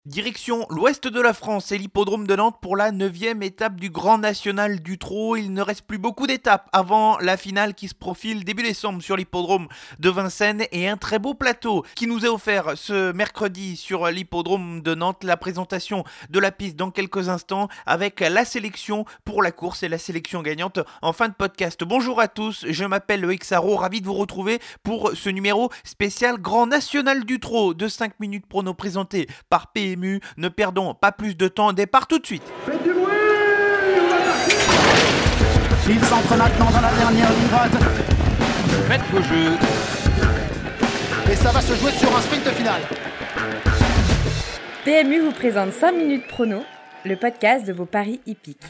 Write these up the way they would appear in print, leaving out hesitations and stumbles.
Direction l'ouest de la France et l'hippodrome de Nantes pour la 9e étape du Grand National du Trot. Il ne reste plus beaucoup d'étapes avant la finale qui se profile début décembre sur l'hippodrome de Vincennes et un très beau plateau qui nous est offert ce mercredi sur l'hippodrome de Nantes. La présentation de la piste dans quelques instants avec la sélection pour la course et la sélection gagnante en fin de podcast. Bonjour à tous, je m'appelle Loïc Sarro, ravi de vous retrouver pour ce numéro spécial Grand National du Trot de 5 minutes prono présenté par PMU. Ne perdons pas plus de temps, départ tout de suite. Faites du bruit, on va partir. Il s'entre maintenant dans la dernière ligne droite. Faites vos jeux. Et ça va se jouer sur un sprint final. PMU vous présente 5 minutes prono, le podcast de vos paris hippiques.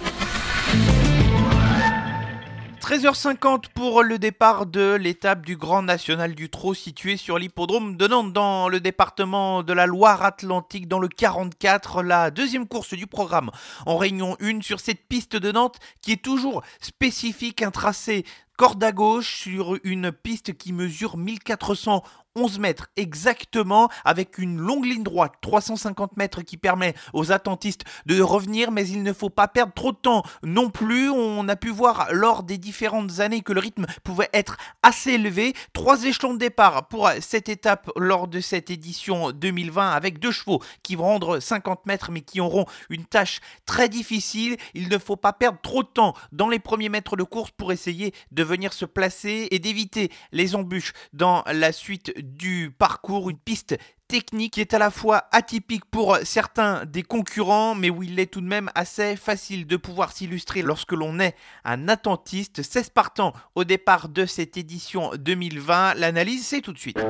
13h50 pour le départ de l'étape du Grand National du Trot situé sur l'hippodrome de Nantes dans le département de la Loire-Atlantique dans le 44, la deuxième course du programme en Réunion 1 sur cette piste de Nantes qui est toujours spécifique, un tracé corde à gauche sur une piste qui mesure 1411 mètres exactement avec une longue ligne droite, 350 mètres qui permet aux attentistes de revenir, mais il ne faut pas perdre trop de temps non plus. On a pu voir lors des différentes années que le rythme pouvait être assez élevé. 3 échelons de départ pour cette étape lors de cette édition 2020 avec 2 chevaux qui vont rendre 50 mètres mais qui auront une tâche très difficile. Il ne faut pas perdre trop de temps dans les premiers mètres de course pour essayer de venir se placer et d'éviter les embûches dans la suite du parcours, une piste technique qui est à la fois atypique pour certains des concurrents, mais où il est tout de même assez facile de pouvoir s'illustrer lorsque l'on est un attentiste. 16 partants au départ de cette édition 2020. L'analyse, c'est tout de suite.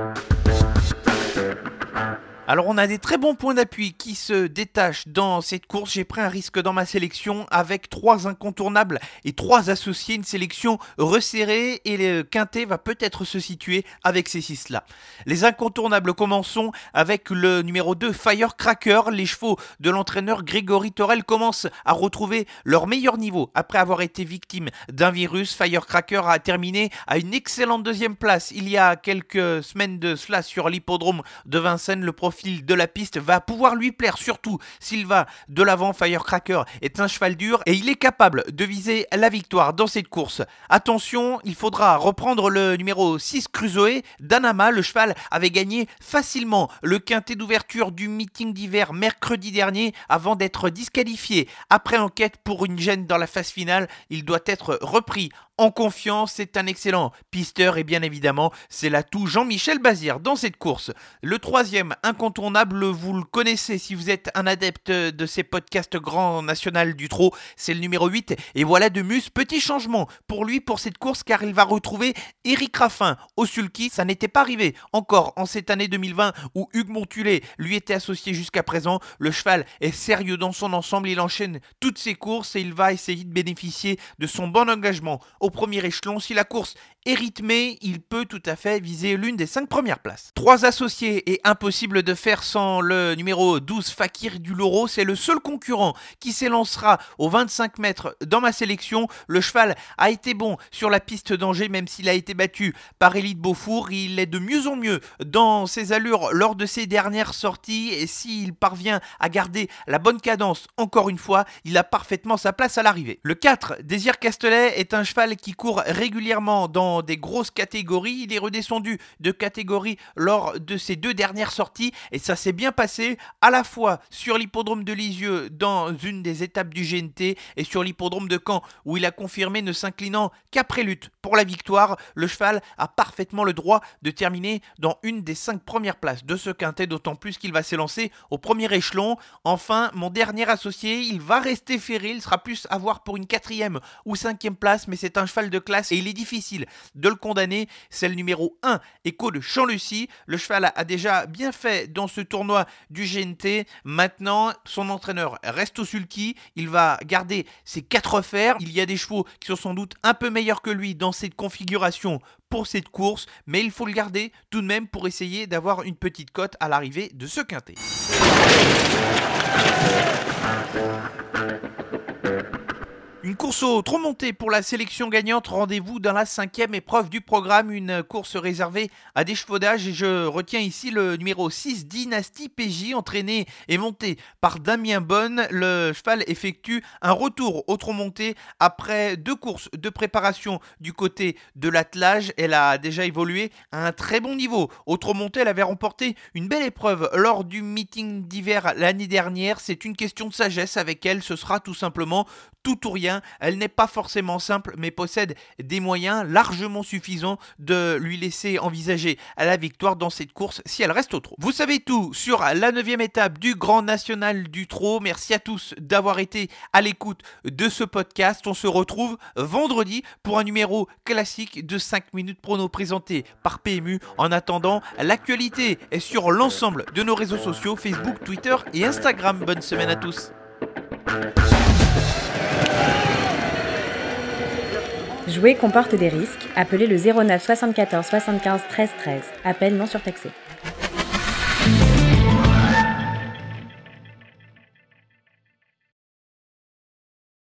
Alors on a des très bons points d'appui qui se détachent dans cette course. J'ai pris un risque dans ma sélection avec 3 incontournables et 3 associés, une sélection resserrée et le quintet va peut-être se situer avec ces 6-là. Les incontournables, commençons avec le numéro 2, Firecracker. Les chevaux de l'entraîneur Grégory Torel commencent à retrouver leur meilleur niveau. Après avoir été victime d'un virus, Firecracker a terminé à une excellente 2e place il y a quelques semaines de cela sur l'hippodrome de Vincennes. Le profil de la piste va pouvoir lui plaire, surtout s'il va de l'avant. Firecracker est un cheval dur et il est capable de viser la victoire dans cette course. Attention, il faudra reprendre le numéro 6 Crusoe d'Anama. Le cheval avait gagné facilement le quintet d'ouverture du meeting d'hiver mercredi dernier avant d'être disqualifié. Après enquête pour une gêne dans la phase finale, il doit être repris en confiance. C'est un excellent pisteur et bien évidemment c'est l'atout Jean-Michel Bazir dans cette course. Le 3e incontournable, vous le connaissez si vous êtes un adepte de ces podcasts Grand National du Trot, c'est le numéro 8 et voilà de Mus. Petit changement pour lui pour cette course car il va retrouver Éric Raffin au sulky. Ça n'était pas arrivé encore en cette année 2020 où Hugues Montulé lui était associé jusqu'à présent. Le cheval est sérieux dans son ensemble, il enchaîne toutes ses courses et il va essayer de bénéficier de son bon engagement au premier échelon. Si la course est rythmé, il peut tout à fait viser l'une des 5 premières places. 3 associés et impossible de faire sans le numéro 12 Fakir du Loro. C'est le seul concurrent qui s'élancera aux 25 mètres dans ma sélection. Le cheval a été bon sur la piste d'Angers même s'il a été battu par Élite Beaufour. Il est de mieux en mieux dans ses allures lors de ses dernières sorties et s'il parvient à garder la bonne cadence encore une fois, il a parfaitement sa place à l'arrivée. Le 4 Désir Castelet est un cheval qui court régulièrement dans des grosses catégories. Il est redescendu de catégorie lors de ses 2 dernières sorties et ça s'est bien passé à la fois sur l'hippodrome de Lisieux dans une des étapes du GNT et sur l'hippodrome de Caen où il a confirmé ne s'inclinant qu'après lutte pour la victoire. Le cheval a parfaitement le droit de terminer dans une des 5 premières places de ce quintet, d'autant plus qu'il va s'élancer au premier échelon. Enfin, mon dernier associé, il va rester ferré, il sera plus à voir pour une 4e ou 5e place, mais c'est un cheval de classe et il est difficile de le condamner. C'est le numéro 1 Echo de Champ-Lucie. Le cheval a déjà bien fait dans ce tournoi du GNT. Maintenant, son entraîneur reste au sulky. Il va garder ses 4 fers. Il y a des chevaux qui sont sans doute un peu meilleurs que lui dans cette configuration pour cette course, mais il faut le garder tout de même pour essayer d'avoir une petite cote à l'arrivée de ce quintet. Une Course au trop monté pour la sélection gagnante, rendez-vous dans la 5e épreuve du programme, une course réservée à d'échevaudage et je retiens ici le numéro 6, Dynasty PJ, entraîné et monté par Damien Bonne. Le cheval effectue un retour au trop monté après 2 courses de préparation du côté de l'attelage. Elle a déjà évolué à un très bon niveau. Au trop monté, elle avait remporté une belle épreuve lors du meeting d'hiver l'année dernière. C'est une question de sagesse avec elle, ce sera tout simplement tout ou rien. Elle n'est pas forcément simple, mais possède des moyens largement suffisants de lui laisser envisager la victoire dans cette course si elle reste au trot. Vous savez tout sur la 9e étape du Grand National du Trot. Merci à tous d'avoir été à l'écoute de ce podcast. On se retrouve vendredi pour un numéro classique de 5 minutes prono présenté par PMU. En attendant, l'actualité est sur l'ensemble de nos réseaux sociaux, Facebook, Twitter et Instagram. Bonne semaine à tous. Jouer comporte des risques. Appelez le 09 74 75 13 13. Appel non surtaxé.